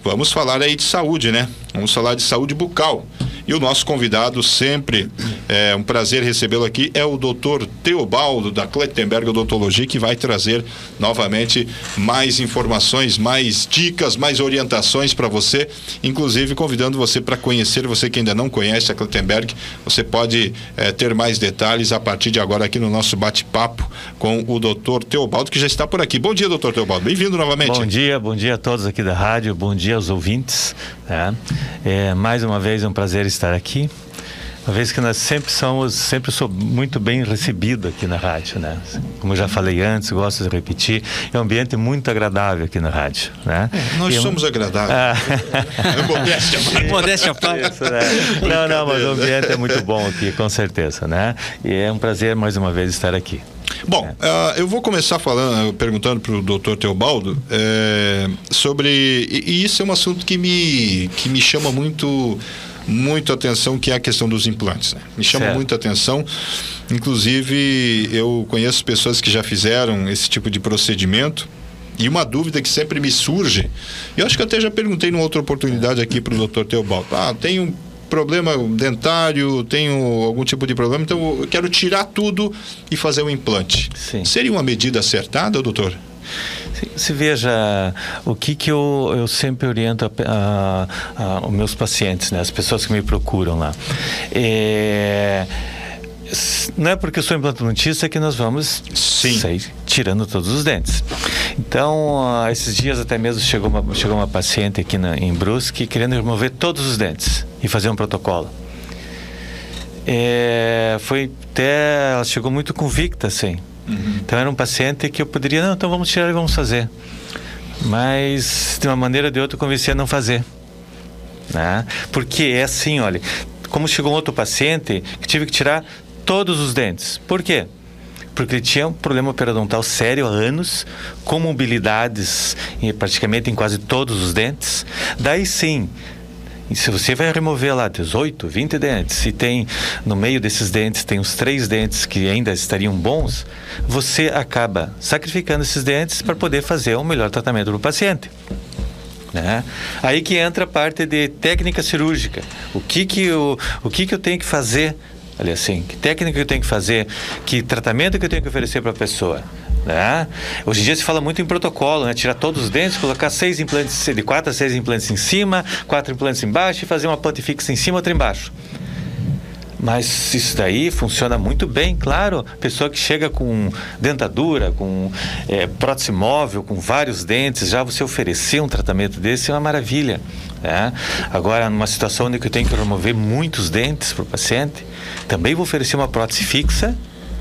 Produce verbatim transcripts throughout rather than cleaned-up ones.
Vamos falar aí de saúde, né? Vamos falar de saúde bucal. E o nosso convidado sempre, é um prazer recebê-lo aqui, é o doutor Teobaldo, da Clettenberg Odontologia, que vai trazer novamente mais informações, mais dicas, mais orientações para você, inclusive convidando você para conhecer, você que ainda não conhece a Clettenberg, você pode é, ter mais detalhes a partir de agora aqui no nosso bate-papo com o doutor Teobaldo, que já está por aqui. Bom dia, doutor Teobaldo, bem-vindo novamente. Bom dia, bom dia a todos aqui da rádio, bom dia aos ouvintes, né? É, mais uma vez é um prazer estar aqui, uma vez que nós sempre somos, sempre sou muito bem recebido aqui na rádio, né? Como eu já falei antes, gosto de repetir, é um ambiente muito agradável aqui na rádio, né? É, nós e somos um... agradáveis. Ah. Modéstia, modéstia, pai. Né? Não, não, mas o ambiente é muito bom aqui, com certeza, né? E é um prazer mais uma vez estar aqui. Bom, é. uh, eu vou começar falando, perguntando para o doutor Teobaldo é, sobre, e, e isso é um assunto que me, que me chama muito, muito atenção, que é a questão dos implantes, né? Me chama certo. muito atenção, inclusive eu conheço pessoas que já fizeram esse tipo de procedimento. E uma dúvida que sempre me surge, eu acho que até já perguntei numa outra oportunidade aqui para o doutor Teobaldo, ah, tem um problema dentário, tenho algum tipo de problema, então eu quero tirar tudo e fazer um implante. Sim. Seria uma medida acertada, doutor? Se, se veja, o que que eu, eu sempre oriento a, a, a, os meus pacientes, né, as pessoas que me procuram lá. É... Não é porque eu sou implantodontista que nós vamos Sim. sair tirando todos os dentes. Então, uh, esses dias até mesmo chegou uma, chegou uma paciente aqui na, em Brusque querendo remover todos os dentes e fazer um protocolo. É, foi até, ela chegou muito convicta, assim. Uhum. Então, era um paciente que eu poderia, não, então vamos tirar e vamos fazer. Mas, de uma maneira ou de outra, eu convenci a não fazer. Né? Porque é assim, olha, como chegou um outro paciente que tive que tirar todos os dentes. Por quê? Porque ele tinha um problema periodontal sério há anos, com mobilidades em, praticamente em quase todos os dentes. Daí sim, se você vai remover lá dezoito, vinte dentes, e tem no meio desses dentes tem uns três dentes que ainda estariam bons, você acaba sacrificando esses dentes para poder fazer um melhor tratamento para o paciente. Né? Aí que entra a parte de técnica cirúrgica. O que que eu, o que que eu tenho que fazer? Olha assim, que técnica eu tenho que fazer? Que tratamento que eu tenho que oferecer para a pessoa? Né? Hoje em dia se fala muito em protocolo, né? Tirar todos os dentes, colocar seis implantes, de quatro a seis implantes em cima, quatro implantes embaixo e fazer uma ponte fixa em cima e outra embaixo. Mas isso daí funciona muito bem, claro. Pessoa que chega com dentadura, com é, prótese móvel, com vários dentes, já você oferecer um tratamento desse é uma maravilha. Né? Agora, numa situação onde eu tenho que remover muitos dentes para o paciente, também vou oferecer uma prótese fixa,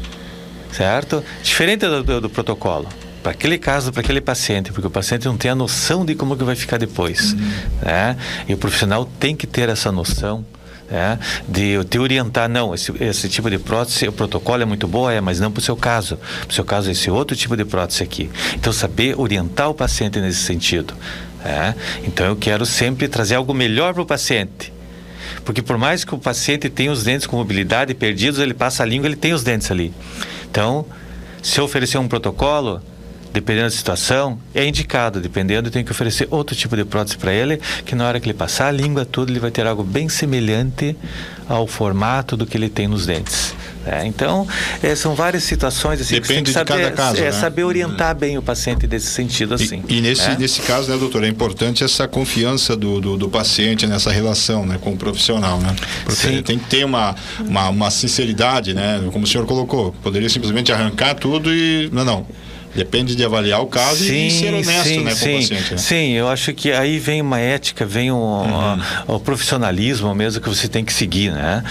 certo? Diferente do, do, do protocolo. Para aquele caso, para aquele paciente, porque o paciente não tem a noção de como que vai ficar depois. Uhum. Né? E o profissional tem que ter essa noção. É, de eu te orientar, não, esse, esse tipo de prótese, o protocolo é muito boa, é, mas não para o seu caso. Para o seu caso, esse outro tipo de prótese aqui. Então, saber orientar o paciente nesse sentido. É? Então, eu quero sempre trazer algo melhor para o paciente. Porque por mais que o paciente tenha os dentes com mobilidade perdidos, ele passa a língua, ele tem os dentes ali. Então, se eu oferecer um protocolo, dependendo da situação, é indicado. Dependendo, eu tenho que oferecer outro tipo de prótese para ele, que na hora que ele passar a língua toda, ele vai ter algo bem semelhante ao formato do que ele tem nos dentes. É, então, é, são várias situações assim, depende que você tem que de saber, cada caso, é, né? saber orientar bem o paciente nesse sentido assim. E, e nesse, é? nesse caso, né, doutor, é importante essa confiança do, do, do paciente nessa relação, né, com o profissional, né? Porque Sim. tem que ter uma, uma, uma sinceridade, né? Como o senhor colocou, poderia simplesmente arrancar tudo e... Não, não. Depende de avaliar o caso sim, e ser honesto, sim, né, com sim, o paciente. Né? Sim, eu acho que aí vem uma ética, vem um, uhum. o, o profissionalismo mesmo que você tem que seguir, né?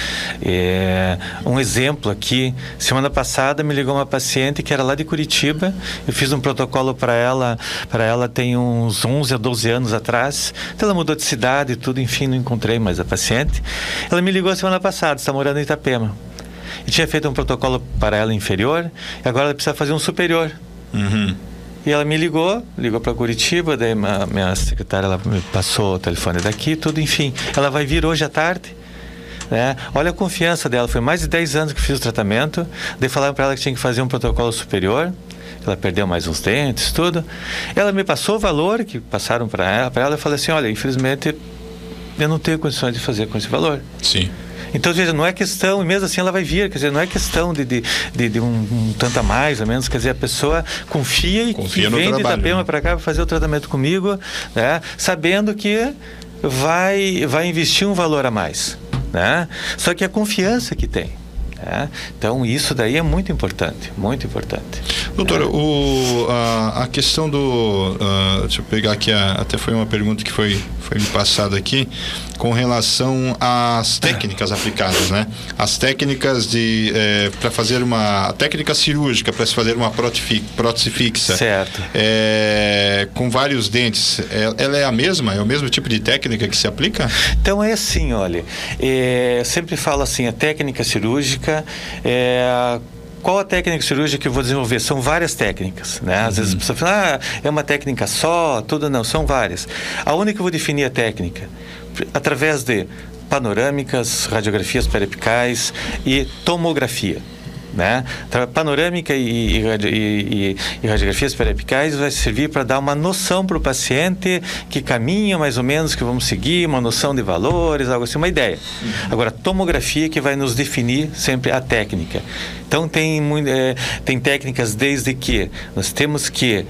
É, um exemplo aqui, semana passada me ligou uma paciente que era lá de Curitiba, eu fiz um protocolo para ela, para ela tem uns onze a doze anos atrás, então ela mudou de cidade e tudo, enfim, não encontrei mais a paciente. Ela me ligou semana passada, está morando em Itapema. Eu tinha feito um protocolo para ela inferior, e agora ela precisa fazer um superior. Uhum. E ela me ligou, ligou para Curitiba, daí minha, minha secretária ela me passou o telefone daqui, tudo, enfim. Ela vai vir hoje à tarde, né? Olha a confiança dela, foi mais de dez anos que fiz o tratamento, daí falaram para ela que tinha que fazer um protocolo superior. ela perdeu mais uns dentes, tudo. Ela me passou o valor que passaram para ela, para ela, eu falei assim, olha, infelizmente eu não tenho condições de fazer com esse valor. Sim. Então, veja, não é questão, e mesmo assim ela vai vir, quer dizer, não é questão de, de, de, de um, um tanto a mais ou menos, quer dizer, a pessoa confia e confia que no vem de trabalho, Itapema né? para cá para fazer o tratamento comigo, né, sabendo que vai, vai investir um valor a mais, né? Só que a confiança que tem. É, então isso daí é muito importante, muito importante. Doutora, é. o, a, a questão do, uh, deixa eu pegar aqui, a, até foi uma pergunta que foi, foi me passada aqui, com relação às técnicas aplicadas, né? As técnicas de, é, para fazer uma, a técnica cirúrgica, para se fazer uma prótese, prótese fixa. Certo. É, com vários dentes, é, ela é a mesma? É o mesmo tipo de técnica que se aplica? Então é assim, olha, é, eu sempre falo assim, a técnica cirúrgica é... Qual a técnica cirúrgica que eu vou desenvolver? São várias técnicas, né? Às uhum. vezes a pessoa fala, ah, é uma técnica só, tudo não, são várias. Aonde que eu vou definir a técnica? Através de panorâmicas, radiografias periapicais e tomografia. Né? Panorâmica e, e, e, e radiografias periapicais vai servir para dar uma noção para o paciente que caminha mais ou menos, que vamos seguir, uma noção de valores, algo assim, uma ideia. Uhum. Agora, tomografia que vai nos definir sempre a técnica. Então, tem, é, tem técnicas desde que nós temos que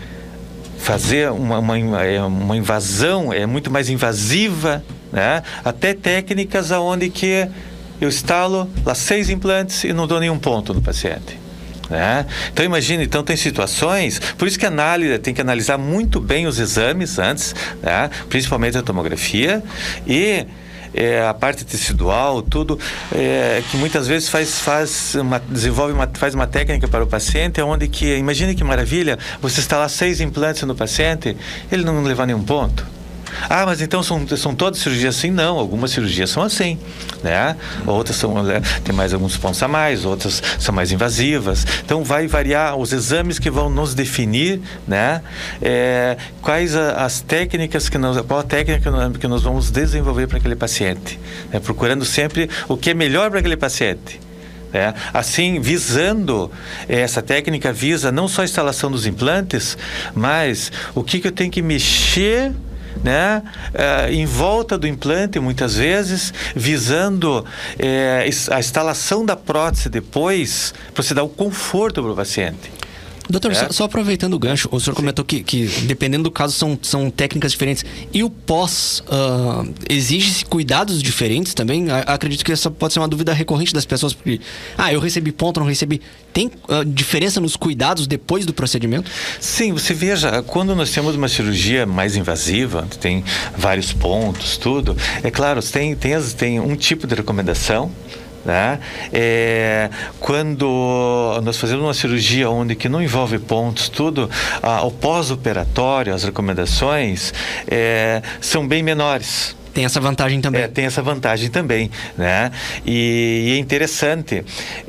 fazer uma, uma, uma invasão, é muito mais invasiva, né? Até técnicas aonde que eu instalo lá seis implantes e não dou nenhum ponto no paciente. Né? Então imagine, então tem situações, por isso que a análise tem que analisar muito bem os exames antes, né? Principalmente a tomografia e é, a parte tecidual, tudo, é, que muitas vezes faz, faz uma, desenvolve uma, faz uma técnica para o paciente, onde que, imagine que maravilha, você instalar seis implantes no paciente, ele não levar nenhum ponto. Ah, mas então são, são todas cirurgias assim? Não, algumas cirurgias são assim, né? Outras são, tem mais alguns pontos a mais, outras são mais invasivas. Então vai variar os exames que vão nos definir, né? É, quais a, as técnicas que nós, qual a técnica que nós vamos desenvolver para aquele paciente, né? Procurando sempre o que é melhor para aquele paciente. É, assim, visando, essa técnica visa não só a instalação dos implantes, mas o que, que eu tenho que mexer, né, uh, em volta do implante, muitas vezes, visando uh, a instalação da prótese depois, para você dar o conforto para o paciente. Doutor, é. só, só aproveitando o gancho, o senhor Sim. comentou que, que, dependendo do caso, são, são técnicas diferentes. E o pós, uh, exige-se cuidados diferentes também? A, acredito que essa pode ser uma dúvida recorrente das pessoas, porque, ah, eu recebi ponto, não recebi. Tem uh, diferença nos cuidados depois do procedimento? Sim, você veja, quando nós temos uma cirurgia mais invasiva, tem vários pontos, tudo, é claro, tem, tem, as, tem um tipo de recomendação, né? É, quando nós fazemos uma cirurgia onde que não envolve pontos, tudo, ah, o pós-operatório, as recomendações é, são bem menores. Tem essa vantagem também. É, tem essa vantagem também, né? E, e é interessante,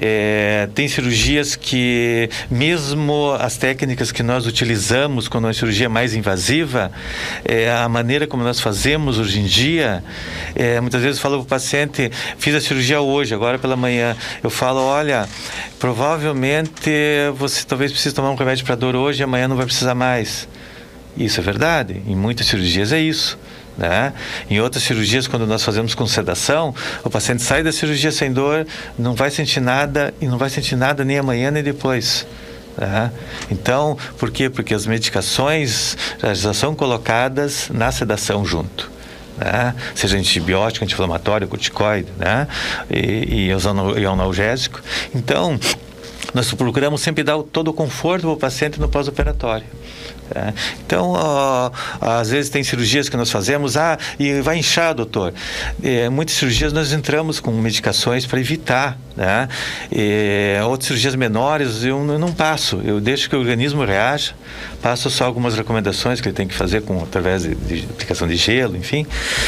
é, tem cirurgias que, mesmo as técnicas que nós utilizamos quando a cirurgia é mais invasiva, é, a maneira como nós fazemos hoje em dia, é, muitas vezes eu falo para o paciente, fiz a cirurgia hoje, agora pela manhã, eu falo, olha, provavelmente você talvez precise tomar um remédio para dor hoje e amanhã não vai precisar mais. Isso é verdade, em muitas cirurgias é isso. Né? Em outras cirurgias, quando nós fazemos com sedação, o paciente sai da cirurgia sem dor, não vai sentir nada e não vai sentir nada nem amanhã nem depois. Né? Então, por quê? Porque as medicações já são colocadas na sedação junto. Né? Seja antibiótico, anti-inflamatório, corticoide, né? e, e analgésico. Então, nós procuramos sempre dar todo o conforto para o paciente no pós-operatório. É. Então, ó, às vezes tem cirurgias que nós fazemos, ah, e vai inchar, doutor. É, muitas cirurgias nós entramos com medicações para evitar, né? E outras cirurgias menores eu não passo, eu deixo que o organismo reaja, passo só algumas recomendações que ele tem que fazer com, através de, de aplicação de gelo, enfim.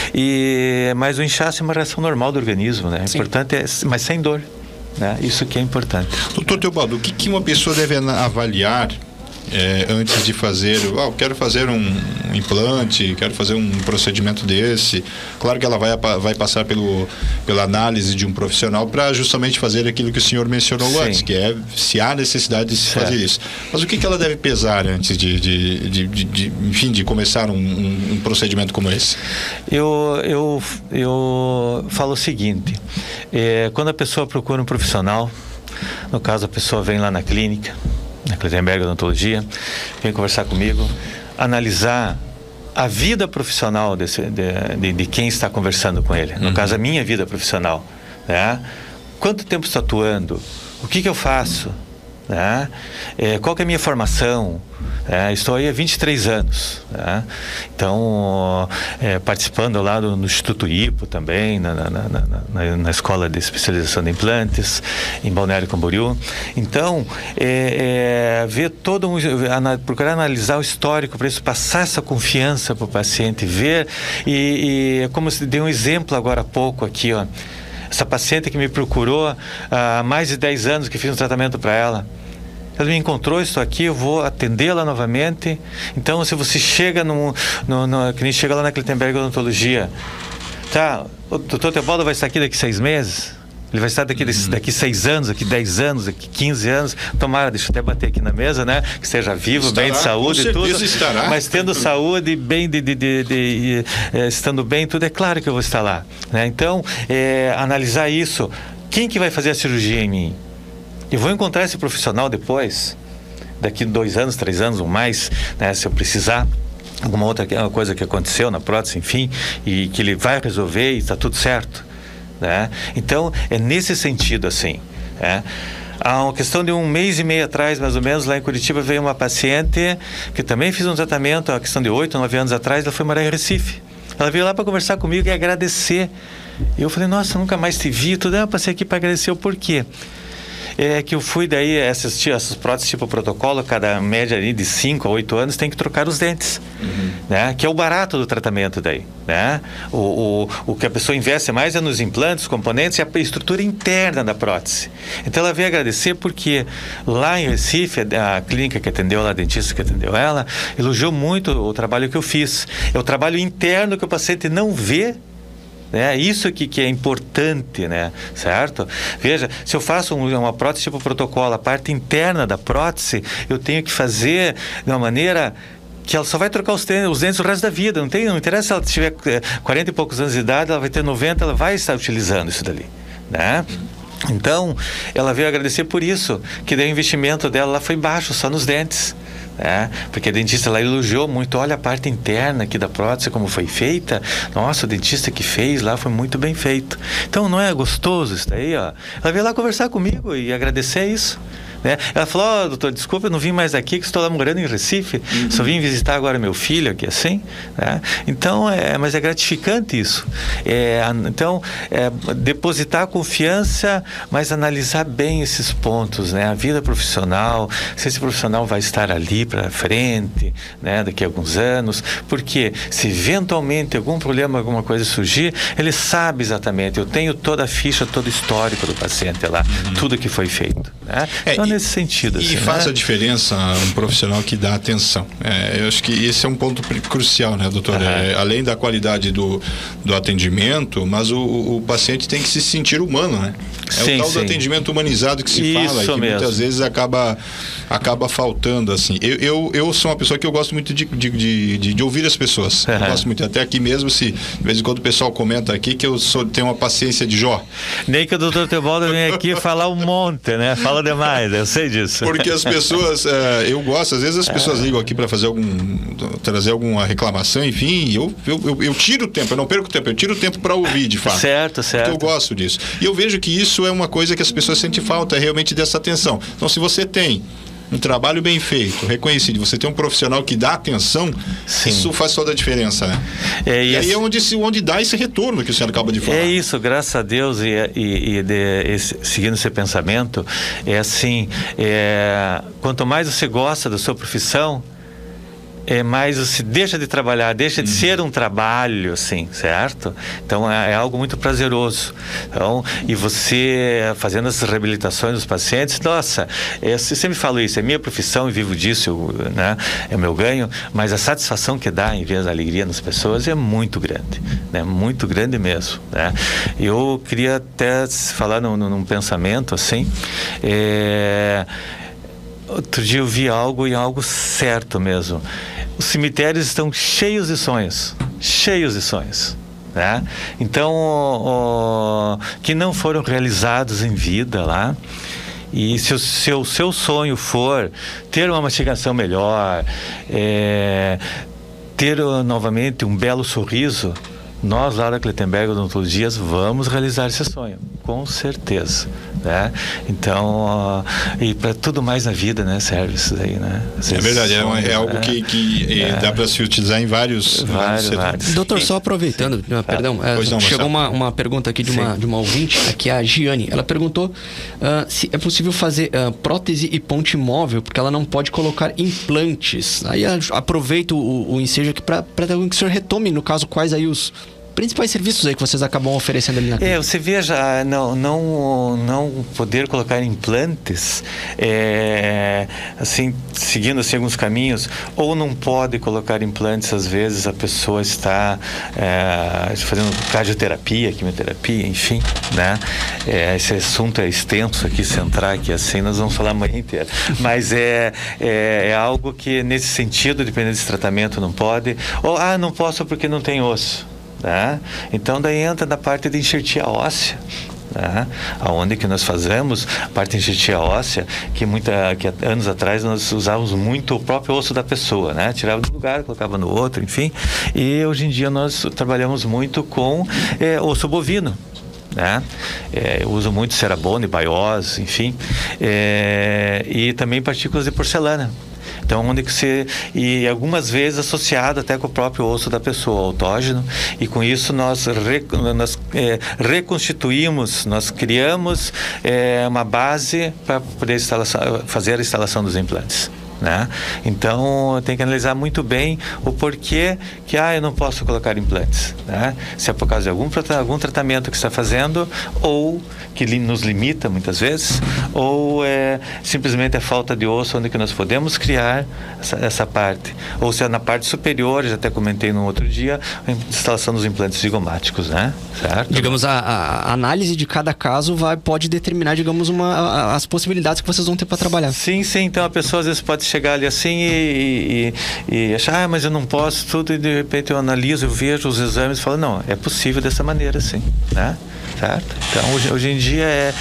E, mas o inchaço é uma reação normal do organismo, né? O importante é, mas sem dor. Né? Isso que é importante. Doutor Teobaldo, o que, que uma pessoa deve avaliar é, antes de fazer, oh, eu quero fazer um implante, quero fazer um procedimento desse. Claro que ela vai, vai passar pelo, pela análise de um profissional para justamente fazer aquilo que o senhor mencionou Sim. antes, que é se há necessidade de se certo. fazer isso. Mas o que, que ela deve pesar antes de, de, de, de, de enfim, de começar um, um, um procedimento como esse? Eu, eu, eu falo o seguinte, é, quando a pessoa procura um profissional, no caso a pessoa vem lá na clínica, na Clettenberg Odontologia, vem conversar comigo, analisar a vida profissional desse, de, de, de quem está conversando com ele. No uhum. caso, a minha vida profissional. Né? Quanto tempo estou atuando? O que, que eu faço? Né? É, qual que é a minha formação? É, estou aí há vinte e três anos, né? Então é, participando lá do, no Instituto Ipo também, na, na, na, na, na Escola de Especialização de Implantes em Balneário Camboriú. Então é, é, ver todo um, ana, procurar analisar o histórico para isso, passar essa confiança para o paciente, ver e, e como se deu um exemplo agora há pouco aqui, ó, essa paciente que me procurou há mais de dez anos, que fiz um tratamento para ela. Ela me encontrou, estou aqui, eu vou atendê-la novamente. Então, se você chega no, no, no que nem chega lá na Clettenberg Odontologia, tá, o doutor Teobaldo vai estar aqui daqui seis meses, ele vai estar daqui, uhum. daqui seis anos, daqui dez anos, daqui quinze anos. Tomara, deixa eu até bater aqui na mesa, né? Que esteja vivo, estará, bem de saúde e tudo. Estará. Mas tendo saúde, bem de, de, de, de, de eh, estando bem, tudo, é claro que eu vou estar lá. Né? Então, eh, analisar isso. Quem que vai fazer a cirurgia em mim? Eu vou encontrar esse profissional depois, daqui dois anos, três anos ou mais, né, se eu precisar, alguma outra coisa que aconteceu na prótese, enfim, e que ele vai resolver e está tudo certo. Né? Então, é nesse sentido, assim. Né? Há uma questão de um mês e meio atrás, mais ou menos, lá em Curitiba, veio uma paciente que também fiz um tratamento, a questão de oito, nove anos atrás, ela foi morar em Recife. Ela veio lá para conversar comigo e agradecer. Eu falei, nossa, nunca mais te vi, tudo. Eu passei aqui para agradecer o porquê. É que eu fui daí assistir essas próteses tipo protocolo, cada média ali de cinco a oito anos tem que trocar os dentes, uhum. né? Que é o barato do tratamento daí, né? O, o, o que a pessoa investe mais é nos implantes, componentes e a estrutura interna da prótese. Então ela veio agradecer porque lá em Recife, a clínica que atendeu ela, a dentista que atendeu ela, elogiou muito o trabalho que eu fiz. É o trabalho interno que o paciente não vê. É isso que, que é importante, né? Certo? Veja, se eu faço um, uma prótese tipo protocolo, a parte interna da prótese, eu tenho que fazer de uma maneira que ela só vai trocar os dentes, os dentes o resto da vida. Não, tem, não interessa se ela tiver quarenta e poucos anos de idade, ela vai ter noventa, ela vai estar utilizando isso dali, né? Então, ela veio agradecer por isso, que daí o investimento dela lá foi baixo, só nos dentes. É, porque a dentista lá elogiou muito, olha a parte interna aqui da prótese como foi feita, nossa, o dentista que fez lá foi muito bem feito. Então não é gostoso isso daí, ó. Ela veio lá conversar comigo e agradecer isso, né? Ela falou, ó, oh, doutor, desculpa, eu não vim mais aqui, que estou lá morando em Recife, uhum. só vim visitar agora meu filho aqui, assim, né? Então, é, mas é gratificante isso. É, então, é, depositar confiança, mas analisar bem esses pontos, né? A vida profissional, se esse profissional vai estar ali para frente, né? Daqui a alguns anos, porque se eventualmente algum problema, alguma coisa surgir, ele sabe exatamente, eu tenho toda a ficha, todo o histórico do paciente lá, uhum. tudo que foi feito, né? É, então, nesse sentido. E assim, faz né? a diferença um profissional que dá atenção. É, eu acho que esse é um ponto crucial, né, doutor? Uhum. É, além da qualidade do, do atendimento, mas o, o paciente tem que se sentir humano, né? É sim, o tal sim. do atendimento humanizado que se Isso fala, que mesmo. muitas vezes acaba, acaba faltando, assim. Eu, eu, eu sou uma pessoa que eu gosto muito de, de, de, de ouvir as pessoas. Uhum. Eu gosto muito, até aqui mesmo, se de vez em quando o pessoal comenta aqui que eu sou, tenho uma paciência de Jó. Nem que o doutor Teobaldo venha aqui falar um monte, né? Fala demais, eu sei disso. Porque as pessoas, é, eu gosto, às vezes as pessoas ligam aqui para fazer algum, trazer alguma reclamação, enfim, eu, eu, eu, eu tiro o tempo, eu não perco tempo, eu tiro o tempo para ouvir, de fato. Certo, certo. Porque eu gosto disso. E eu vejo que isso é uma coisa que as pessoas sentem falta, é realmente dessa atenção. Então, se você tem um trabalho bem feito, reconhecido, você tem um profissional que dá atenção, sim. isso faz toda a diferença, né? É, e, e aí esse... é onde, se, onde dá esse retorno que o senhor acaba de falar. É isso, graças a Deus, e, e, e de, esse, seguindo esse pensamento, é assim, é, quanto mais você gosta da sua profissão, é mais você deixa de trabalhar, deixa de uhum. ser um trabalho, assim, certo? Então é, é algo muito prazeroso. Então, e você fazendo as reabilitações dos pacientes, nossa, eu sempre falo isso, é minha profissão e vivo disso, eu, né? É o meu ganho, mas a satisfação que dá em vez da alegria nas pessoas é muito grande, né? Muito grande mesmo, né? Eu queria até falar num, num pensamento assim, é... outro dia eu vi algo e algo certo mesmo. Os cemitérios estão cheios de sonhos, cheios de sonhos, né? Então, o, o, que não foram realizados em vida lá. E se o seu, seu sonho for ter uma mastigação melhor, é, ter novamente um belo sorriso, nós lá da Clettenberg Odontologias vamos realizar esse sonho, com certeza, né? Então, uh, e para tudo mais na vida, né, serve isso daí, né? Esses é verdade, sonhos, é, é algo né? que, que é. dá para se utilizar em vários, vários, vários, vários. Doutor, só aproveitando, ah, perdão, é, não, chegou uma, uma pergunta aqui de uma, de uma ouvinte, aqui é a Giane. Ela perguntou uh, se é possível fazer uh, prótese e ponte móvel, porque ela não pode colocar implantes. Aí uh, aproveito o, o ensejo aqui para que o senhor retome, no caso, quais aí os principais serviços aí que vocês acabam oferecendo ali na clínica. É, você veja, não, não, não poder colocar implantes, é, assim, seguindo assim, alguns caminhos, ou não pode colocar implantes, às vezes a pessoa está é, fazendo radioterapia, quimioterapia, enfim, né? É, esse assunto é extenso aqui, se entrar aqui assim, nós vamos falar a manhã inteira. Mas é, é, é algo que, nesse sentido, dependendo desse tratamento, não pode. Ou, ah, não posso porque não tem osso. Né? Então daí entra na parte de enxertia óssea, né? Aonde que nós fazemos a parte de enxertia óssea, que, muita, que anos atrás nós usávamos muito o próprio osso da pessoa, né? Tirava de um lugar, colocava no outro, enfim. E hoje em dia nós trabalhamos muito com é, osso bovino. Né? É, eu uso muito Cerabone, Baiós, enfim, é, e também partículas de porcelana. Então, onde que você... E algumas vezes associado até com o próprio osso da pessoa, autógeno. E com isso nós, re, nós é, reconstituímos, nós criamos é, uma base para poder fazer a instalação dos implantes. Né? Então tem que analisar muito bem o porquê que ah, eu não posso colocar implantes, né? Se é por causa de algum, algum tratamento que está fazendo, ou que nos limita muitas vezes, ou é simplesmente a falta de osso onde que nós podemos criar essa, essa parte, ou se é na parte superior, já até comentei no outro dia, a instalação dos implantes zigomáticos, né? Certo? Digamos, a, a análise de cada caso vai, pode determinar, digamos, uma, a, as possibilidades que vocês vão ter para trabalhar. Sim, sim, então a pessoa às vezes pode chegar ali assim e, e, e achar, ah, mas eu não posso tudo, e de repente eu analiso, eu vejo os exames e falo, não, é possível dessa maneira, sim, né? Certo? Então hoje, hoje em dia é,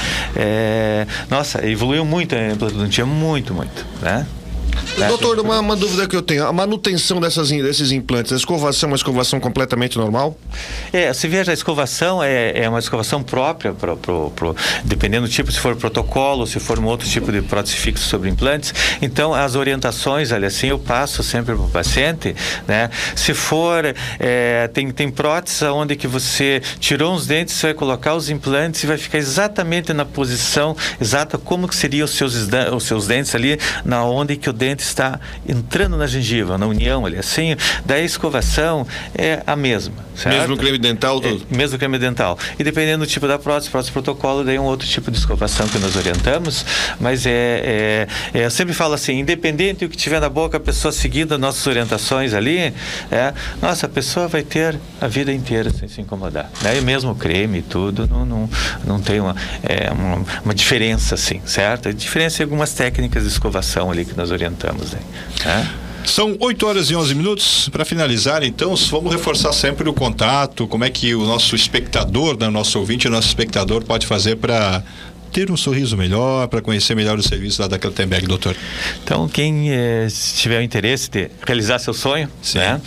é nossa, evoluiu muito a implantodontia, muito, muito, né? Doutor, uma, uma dúvida que eu tenho, a manutenção dessas, desses implantes, a escovação é uma escovação completamente normal? É, você veja, a escovação é, é uma escovação própria, pro, pro, pro, dependendo do tipo, se for protocolo, se for um outro tipo de prótese fixa sobre implantes. Então, as orientações, olha, assim, eu passo sempre para o paciente, né? Se for, é, tem, tem prótese onde que você tirou uns dentes, você vai colocar os implantes e vai ficar exatamente na posição exata, como que seriam os seus, os seus dentes ali, na onde que o dente está entrando na gengiva, na união ali, assim, daí a escovação é a mesma, certo? Mesmo creme dental? Tudo. É, mesmo creme dental. E dependendo do tipo da prótese, prótese protocolo, daí é um outro tipo de escovação que nós orientamos, mas é, é, é eu sempre falo assim, independente do que tiver na boca, a pessoa seguindo as nossas orientações ali, é, nossa, a pessoa vai ter a vida inteira sem se incomodar, né? E mesmo o creme e tudo, não, não, não tem uma, é, uma, uma diferença assim, certo? A diferença é algumas técnicas de escovação ali que nós orientamos, né? São oito horas e onze minutos. Para finalizar, então, vamos reforçar sempre o contato, como é que o nosso espectador, né, nosso ouvinte, o nosso espectador pode fazer para ter um sorriso melhor, para conhecer melhor o serviço lá da Clettenberg, doutor. Então, quem eh, tiver o interesse de realizar seu sonho, sim, né,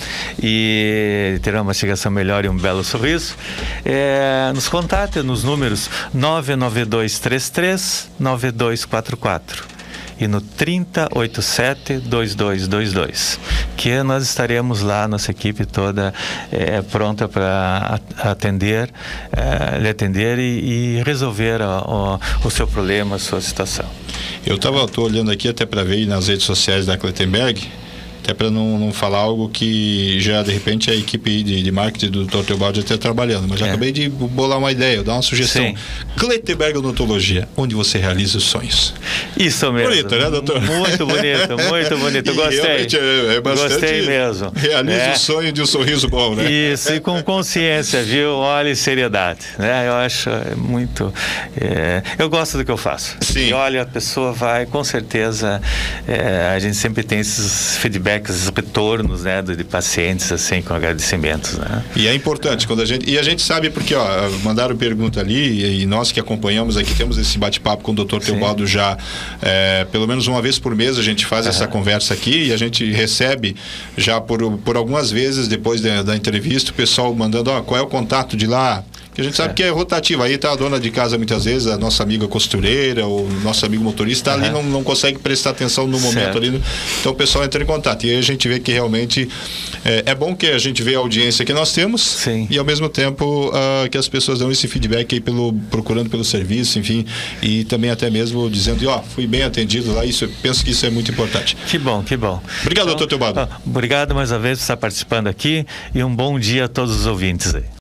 e ter uma mastigação melhor e um belo sorriso, eh, nos contate nos números nove nove dois três três nove dois quatro quatro e no trinta, oitenta e sete, vinte e dois vinte e dois, que nós estaremos lá, nossa equipe toda é, pronta para atender, é, lhe atender e, e resolver o, o, o seu problema, a sua situação. Eu estava, estou olhando aqui até para ver nas redes sociais da Clettenberg, Até para não, não falar algo que já, de repente, a equipe de, de marketing do doutor Teobaldo já está trabalhando. Mas já é. acabei de bolar uma ideia, dar uma sugestão. Sim. Clettenberg Odontologia, onde você realiza os sonhos. Isso mesmo. Bonito, né, doutor? Muito bonito, muito bonito. Gostei. É, é bastante. Gostei mesmo. Realiza é. o sonho de um sorriso bom, né? Isso, e com consciência, viu? Olha, e seriedade. Né? Eu acho muito... É, eu gosto do que eu faço. Sim. E olha, a pessoa vai, com certeza... É, a gente sempre tem esses feedbacks, esses retornos, né, de, de pacientes, assim, com agradecimentos, né? E é importante quando a gente... E a gente sabe porque, ó, mandaram pergunta ali e nós que acompanhamos aqui, temos esse bate-papo com o doutor Teobaldo já, é, pelo menos uma vez por mês a gente faz uhum. essa conversa aqui e a gente recebe já por, por algumas vezes, depois da, da entrevista, o pessoal mandando, ó, qual é o contato de lá? Que a gente sabe é. que é rotativo. Aí tá a dona de casa muitas vezes, a nossa amiga costureira, o nosso amigo motorista, uhum. ali não, não consegue prestar atenção no momento certo. ali. Então o pessoal entra em contato. E aí a gente vê que realmente é, é bom que a gente vê a audiência que nós temos. Sim. E ao mesmo tempo uh, que as pessoas dão esse feedback aí pelo, procurando pelo serviço, enfim. E também até mesmo dizendo, ó, oh, fui bem atendido lá. Isso, eu penso que isso é muito importante. Que bom, que bom. Obrigado, então, doutor Teobaldo. Obrigado mais uma vez por estar participando aqui e um bom dia a todos os ouvintes aí.